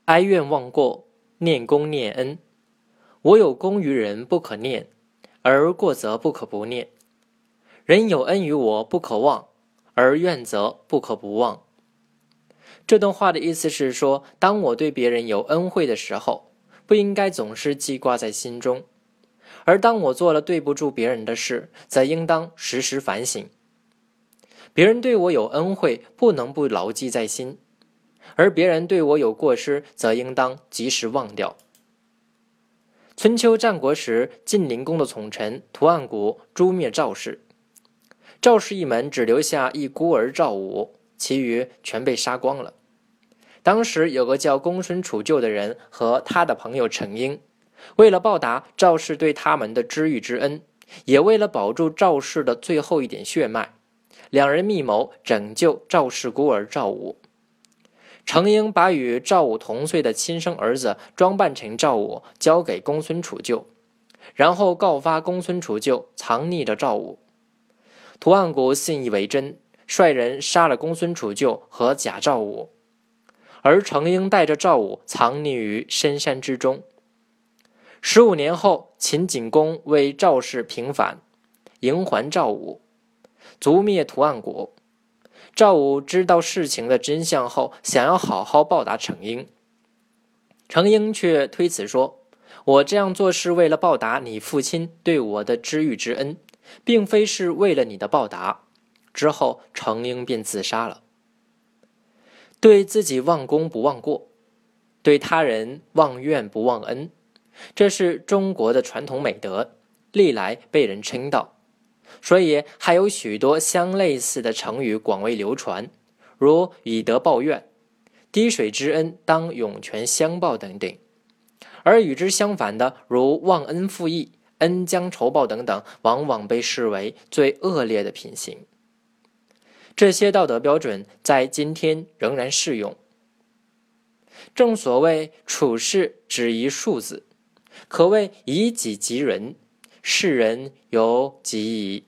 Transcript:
哀怨忘过，念功念恩。我有功于人，不可念；而过则不可不念。人有恩于我，不可忘；而怨则不可不忘。这段话的意思是说，当我对别人有恩惠的时候，不应该总是记挂在心中；而当我做了对不住别人的事，则应当时时反省。别人对我有恩惠，不能不牢记在心；而别人对我有过失，则应当及时忘掉。春秋战国时，晋灵公的宠臣屠岸贾诛灭赵氏，赵氏一门只留下一孤儿赵武，其余全被杀光了。当时有个叫公孙杵臼的人和他的朋友程婴，为了报答赵氏对他们的知遇之恩，也为了保住赵氏的最后一点血脉，两人密谋拯救赵氏孤儿赵武。程婴把与赵武同岁的亲生儿子装扮成赵武，交给公孙杵臼，然后告发公孙杵臼藏匿着赵武。屠岸贾信以为真，率人杀了公孙杵臼和假赵武，而程婴带着赵武藏匿于深山之中。15年后，秦景公为赵氏平反，迎还赵武，族灭屠岸贾。赵武知道事情的真相后，想要好好报答程婴，程婴却推辞说：“我这样做是为了报答你父亲对我的知遇之恩，并非是为了你的报答。”之后，程婴便自杀了。对自己忘功不忘过，对他人忘怨不忘恩，这是中国的传统美德，历来被人称道。所以还有许多相类似的成语广为流传，如以德报怨、滴水之恩当涌泉相报等等。而与之相反的，如忘恩负义、恩将仇报等等，往往被视为最恶劣的品行。这些道德标准在今天仍然适用。正所谓处事只宜数字，可谓以己及人，世人犹己矣。